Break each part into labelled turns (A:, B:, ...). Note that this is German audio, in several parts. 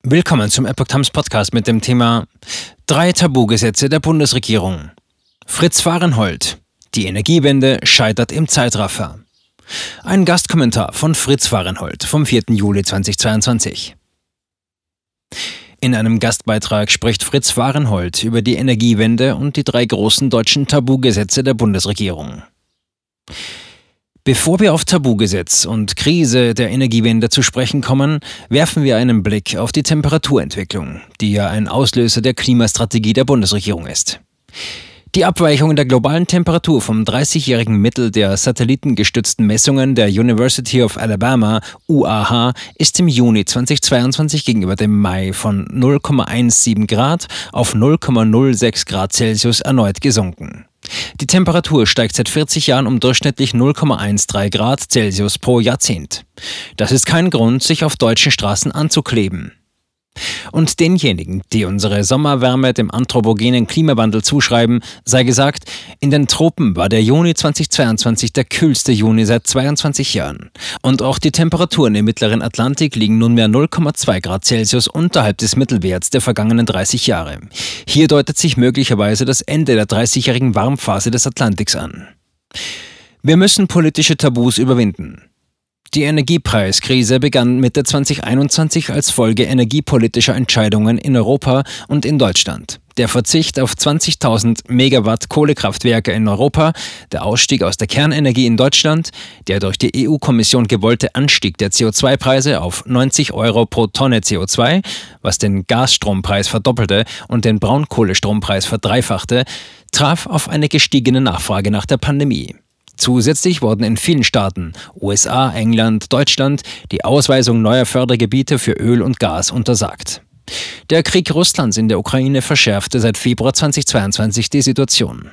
A: Willkommen zum Epoch Times Podcast mit dem Thema 3 Tabugesetze der Bundesregierung. Fritz Fahrenhold. Die Energiewende scheitert im Zeitraffer. Ein Gastkommentar von Fritz Fahrenhold vom 4. Juli 2022. In einem Gastbeitrag spricht Fritz Fahrenhold über die Energiewende und die 3 großen deutschen Tabugesetze der Bundesregierung. Bevor wir auf Tabugesetz und Krise der Energiewende zu sprechen kommen, werfen wir einen Blick auf die Temperaturentwicklung, die ja ein Auslöser der Klimastrategie der Bundesregierung ist. Die Abweichung der globalen Temperatur vom 30-jährigen Mittel der satellitengestützten Messungen der University of Alabama, UAH, ist im Juni 2022 gegenüber dem Mai von 0,17 Grad auf 0,06 Grad Celsius erneut gesunken. Die Temperatur steigt seit 40 Jahren um durchschnittlich 0,13 Grad Celsius pro Jahrzehnt. Das ist kein Grund, sich auf deutschen Straßen anzukleben. Und denjenigen, die unsere Sommerwärme dem anthropogenen Klimawandel zuschreiben, sei gesagt, in den Tropen war der Juni 2022 der kühlste Juni seit 22 Jahren. Und auch die Temperaturen im mittleren Atlantik liegen nunmehr 0,2 Grad Celsius unterhalb des Mittelwerts der vergangenen 30 Jahre. Hier deutet sich möglicherweise das Ende der 30-jährigen Warmphase des Atlantiks an. Wir müssen politische Tabus überwinden. Die Energiepreiskrise begann Mitte 2021 als Folge energiepolitischer Entscheidungen in Europa und in Deutschland. Der Verzicht auf 20.000 Megawatt Kohlekraftwerke in Europa, der Ausstieg aus der Kernenergie in Deutschland, der durch die EU-Kommission gewollte Anstieg der CO2-Preise auf 90 Euro pro Tonne CO2, was den Gasstrompreis verdoppelte und den Braunkohlestrompreis verdreifachte, traf auf eine gestiegene Nachfrage nach der Pandemie. Zusätzlich wurden in vielen Staaten, USA, England, Deutschland, die Ausweisung neuer Fördergebiete für Öl und Gas untersagt. Der Krieg Russlands in der Ukraine verschärfte seit Februar 2022 die Situation.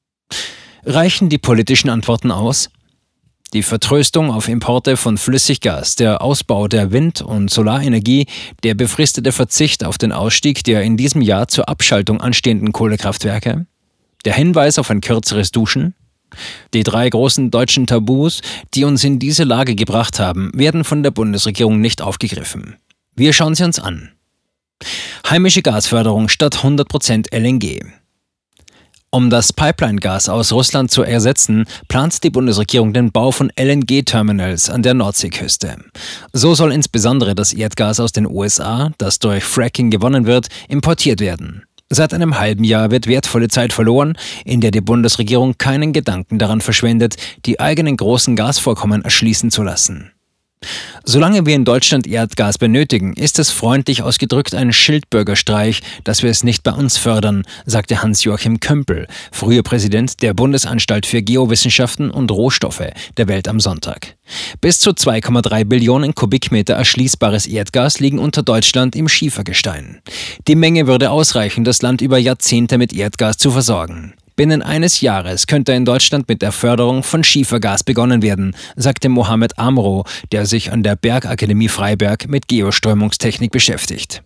A: Reichen die politischen Antworten aus? Die Vertröstung auf Importe von Flüssiggas, der Ausbau der Wind- und Solarenergie, der befristete Verzicht auf den Ausstieg der in diesem Jahr zur Abschaltung anstehenden Kohlekraftwerke? Der Hinweis auf ein kürzeres Duschen? Die 3 großen deutschen Tabus, die uns in diese Lage gebracht haben, werden von der Bundesregierung nicht aufgegriffen. Wir schauen sie uns an. Heimische Gasförderung statt 100% LNG. Um das Pipeline-Gas aus Russland zu ersetzen, plant die Bundesregierung den Bau von LNG-Terminals an der Nordseeküste. So soll insbesondere das Erdgas aus den USA, das durch Fracking gewonnen wird, importiert werden. Seit einem halben Jahr wird wertvolle Zeit verloren, in der die Bundesregierung keinen Gedanken daran verschwendet, die eigenen großen Gasvorkommen erschließen zu lassen. Solange wir in Deutschland Erdgas benötigen, ist es freundlich ausgedrückt ein Schildbürgerstreich, dass wir es nicht bei uns fördern, sagte Hans-Joachim Kömpel, früher Präsident der Bundesanstalt für Geowissenschaften und Rohstoffe der Welt am Sonntag. Bis zu 2,3 Billionen Kubikmeter erschließbares Erdgas liegen unter Deutschland im Schiefergestein. Die Menge würde ausreichen, das Land über Jahrzehnte mit Erdgas zu versorgen. Binnen eines Jahres könnte in Deutschland mit der Förderung von Schiefergas begonnen werden, sagte Mohamed Amro, der sich an der Bergakademie Freiberg mit Geoströmungstechnik beschäftigt.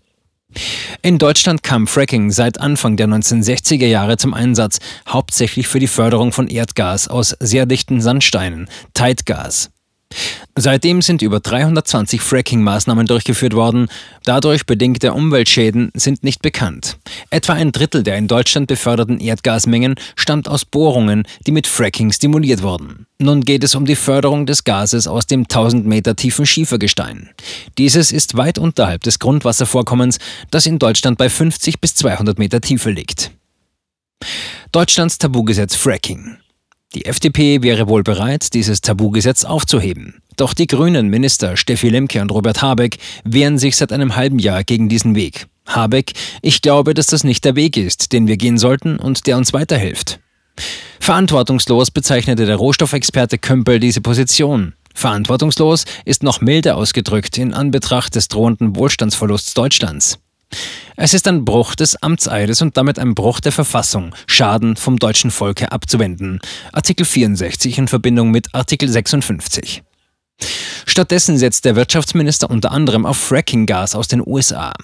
A: In Deutschland kam Fracking seit Anfang der 1960er Jahre zum Einsatz, hauptsächlich für die Förderung von Erdgas aus sehr dichten Sandsteinen, Teitgas. Seitdem sind über 320 Fracking-Maßnahmen durchgeführt worden. Dadurch bedingte Umweltschäden sind nicht bekannt. Etwa ein Drittel der in Deutschland beförderten Erdgasmengen stammt aus Bohrungen, die mit Fracking stimuliert wurden. Nun geht es um die Förderung des Gases aus dem 1000 Meter tiefen Schiefergestein. Dieses ist weit unterhalb des Grundwasservorkommens, das in Deutschland bei 50 bis 200 Meter Tiefe liegt. Deutschlands Tabugesetz Fracking. Die FDP wäre wohl bereit, dieses Tabugesetz aufzuheben. Doch die grünen Minister Steffi Lemke und Robert Habeck wehren sich seit einem halben Jahr gegen diesen Weg. Habeck: Ich glaube, dass das nicht der Weg ist, den wir gehen sollten und der uns weiterhilft. Verantwortungslos bezeichnete der Rohstoffexperte Kömpel diese Position. Verantwortungslos ist noch milder ausgedrückt in Anbetracht des drohenden Wohlstandsverlusts Deutschlands. Es ist ein Bruch des Amtseides und damit ein Bruch der Verfassung, Schaden vom deutschen Volke abzuwenden. Artikel 64 in Verbindung mit Artikel 56. Stattdessen setzt der Wirtschaftsminister unter anderem auf Fracking-Gas aus den USA.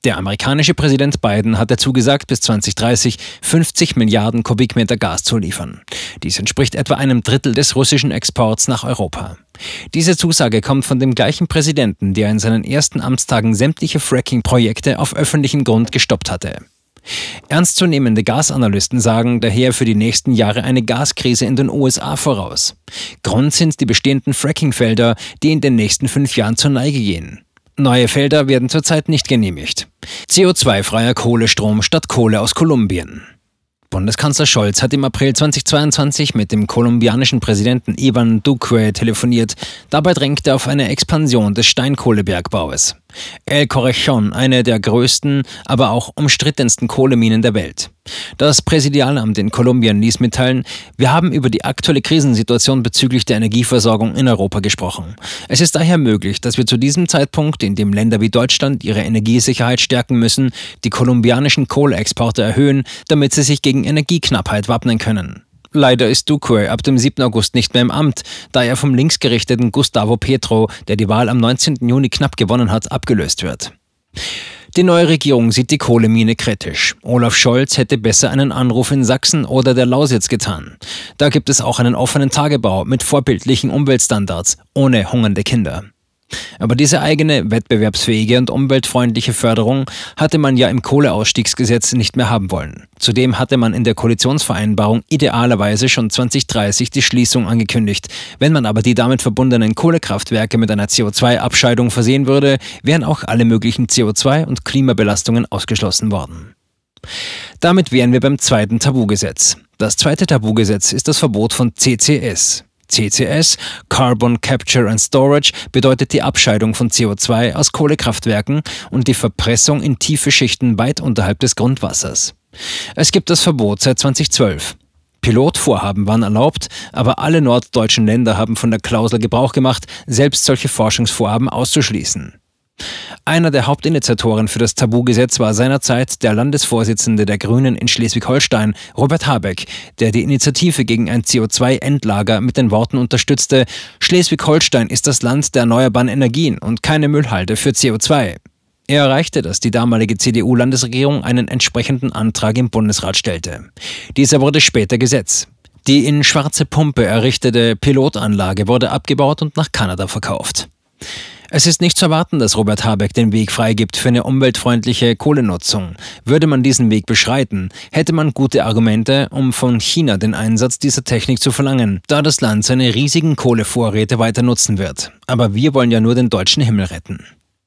A: Der amerikanische Präsident Biden hatte zugesagt, bis 2030 50 Milliarden Kubikmeter Gas zu liefern. Dies entspricht etwa einem Drittel des russischen Exports nach Europa. Diese Zusage kommt von dem gleichen Präsidenten, der in seinen ersten Amtstagen sämtliche Fracking-Projekte auf öffentlichem Grund gestoppt hatte. Ernstzunehmende Gasanalysten sagen daher für die nächsten Jahre eine Gaskrise in den USA voraus. Grund sind die bestehenden Fracking-Felder, die in den nächsten 5 Jahren zur Neige gehen. Neue Felder werden zurzeit nicht genehmigt. CO2-freier Kohlestrom statt Kohle aus Kolumbien. Bundeskanzler Scholz hat im April 2022 mit dem kolumbianischen Präsidenten Iván Duque telefoniert. Dabei drängte er auf eine Expansion des Steinkohlebergbaus. El Correjón, eine der größten, aber auch umstrittensten Kohleminen der Welt. Das Präsidialamt in Kolumbien ließ mitteilen, wir haben über die aktuelle Krisensituation bezüglich der Energieversorgung in Europa gesprochen. Es ist daher möglich, dass wir zu diesem Zeitpunkt, in dem Länder wie Deutschland ihre Energiesicherheit stärken müssen, die kolumbianischen Kohleexporte erhöhen, damit sie sich gegen Energieknappheit wappnen können. Leider ist Duque ab dem 7. August nicht mehr im Amt, da er vom linksgerichteten Gustavo Petro, der die Wahl am 19. Juni knapp gewonnen hat, abgelöst wird. Die neue Regierung sieht die Kohlemine kritisch. Olaf Scholz hätte besser einen Anruf in Sachsen oder der Lausitz getan. Da gibt es auch einen offenen Tagebau mit vorbildlichen Umweltstandards, ohne hungernde Kinder. Aber diese eigene, wettbewerbsfähige und umweltfreundliche Förderung hatte man ja im Kohleausstiegsgesetz nicht mehr haben wollen. Zudem hatte man in der Koalitionsvereinbarung idealerweise schon 2030 die Schließung angekündigt. Wenn man aber die damit verbundenen Kohlekraftwerke mit einer CO2-Abscheidung versehen würde, wären auch alle möglichen CO2- und Klimabelastungen ausgeschlossen worden. Damit wären wir beim zweiten Tabugesetz. Das zweite Tabugesetz ist das Verbot von CCS. CCS, Carbon Capture and Storage, bedeutet die Abscheidung von CO2 aus Kohlekraftwerken und die Verpressung in tiefe Schichten weit unterhalb des Grundwassers. Es gibt das Verbot seit 2012. Pilotvorhaben waren erlaubt, aber alle norddeutschen Länder haben von der Klausel Gebrauch gemacht, selbst solche Forschungsvorhaben auszuschließen. Einer der Hauptinitiatoren für das Tabugesetz war seinerzeit der Landesvorsitzende der Grünen in Schleswig-Holstein, Robert Habeck, der die Initiative gegen ein CO2-Endlager mit den Worten unterstützte: Schleswig-Holstein ist das Land der erneuerbaren Energien und keine Müllhalde für CO2. Er erreichte, dass die damalige CDU-Landesregierung einen entsprechenden Antrag im Bundesrat stellte. Dieser wurde später Gesetz. Die in Schwarze Pumpe errichtete Pilotanlage wurde abgebaut und nach Kanada verkauft. Es ist nicht zu erwarten, dass Robert Habeck den Weg freigibt für eine umweltfreundliche Kohlenutzung. Würde man diesen Weg beschreiten, hätte man gute Argumente, um von China den Einsatz dieser Technik zu verlangen, da das Land seine riesigen Kohlevorräte weiter nutzen wird. Aber wir wollen ja nur den deutschen Himmel retten.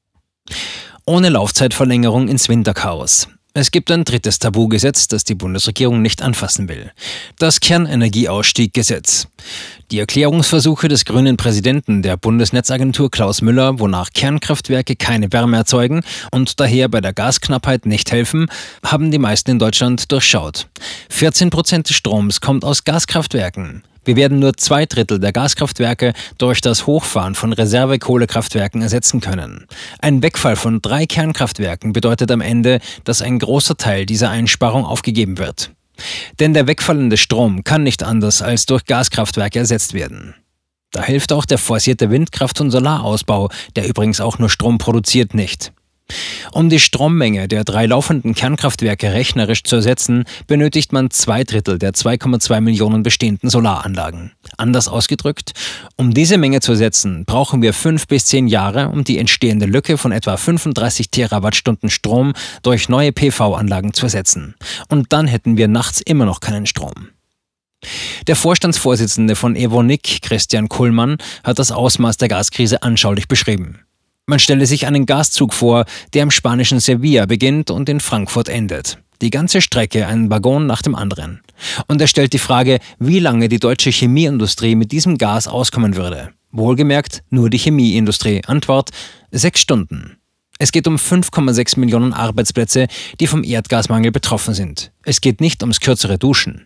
A: Ohne Laufzeitverlängerung ins Winterchaos. Es gibt ein drittes Tabugesetz, das die Bundesregierung nicht anfassen will. Das Kernenergieausstieggesetz. Die Erklärungsversuche des grünen Präsidenten der Bundesnetzagentur Klaus Müller, wonach Kernkraftwerke keine Wärme erzeugen und daher bei der Gasknappheit nicht helfen, haben die meisten in Deutschland durchschaut. 14% des Stroms kommt aus Gaskraftwerken. Wir werden nur 2/3 der Gaskraftwerke durch das Hochfahren von Reservekohlekraftwerken ersetzen können. Ein Wegfall von 3 Kernkraftwerken bedeutet am Ende, dass ein großer Teil dieser Einsparung aufgegeben wird. Denn der wegfallende Strom kann nicht anders als durch Gaskraftwerke ersetzt werden. Da hilft auch der forcierte Windkraft- und Solarausbau, der übrigens auch nur Strom produziert, nicht. Um die Strommenge der 3 laufenden Kernkraftwerke rechnerisch zu ersetzen, benötigt man 2/3 der 2,2 Millionen bestehenden Solaranlagen. Anders ausgedrückt, um diese Menge zu ersetzen, brauchen wir 5 bis 10 Jahre, um die entstehende Lücke von etwa 35 Terawattstunden Strom durch neue PV-Anlagen zu ersetzen. Und dann hätten wir nachts immer noch keinen Strom. Der Vorstandsvorsitzende von Evonik, Christian Kullmann, hat das Ausmaß der Gaskrise anschaulich beschrieben. Man stelle sich einen Gaszug vor, der im spanischen Sevilla beginnt und in Frankfurt endet. Die ganze Strecke ein Waggon nach dem anderen. Und er stellt die Frage, wie lange die deutsche Chemieindustrie mit diesem Gas auskommen würde. Wohlgemerkt, nur die Chemieindustrie. Antwort: 6 Stunden. Es geht um 5,6 Millionen Arbeitsplätze, die vom Erdgasmangel betroffen sind. Es geht nicht ums kürzere Duschen.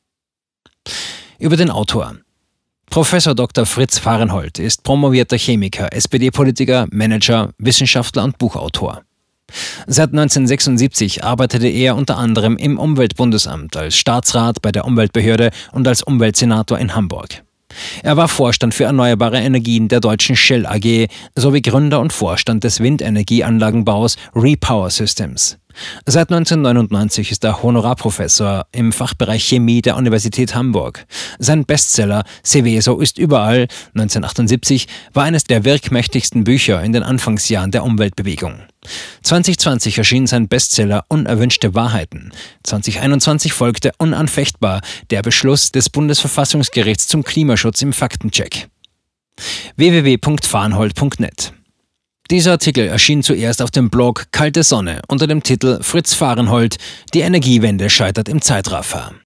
A: Über den Autor. Professor Dr. Fritz Fahrenhold ist promovierter Chemiker, SPD-Politiker, Manager, Wissenschaftler und Buchautor. Seit 1976 arbeitete er unter anderem im Umweltbundesamt, als Staatsrat bei der Umweltbehörde und als Umweltsenator in Hamburg. Er war Vorstand für erneuerbare Energien der deutschen Shell AG sowie Gründer und Vorstand des Windenergieanlagenbaus Repower Systems. Seit 1999 ist er Honorarprofessor im Fachbereich Chemie der Universität Hamburg. Sein Bestseller Seveso ist überall, 1978, war eines der wirkmächtigsten Bücher in den Anfangsjahren der Umweltbewegung. 2020 erschien sein Bestseller Unerwünschte Wahrheiten. 2021 folgte Unanfechtbar, der Beschluss des Bundesverfassungsgerichts zum Klimaschutz im Faktencheck. www.fahrenhold.net. Dieser Artikel erschien zuerst auf dem Blog Kalte Sonne unter dem Titel Fritz Fahrenhold, die Energiewende scheitert im Zeitraffer.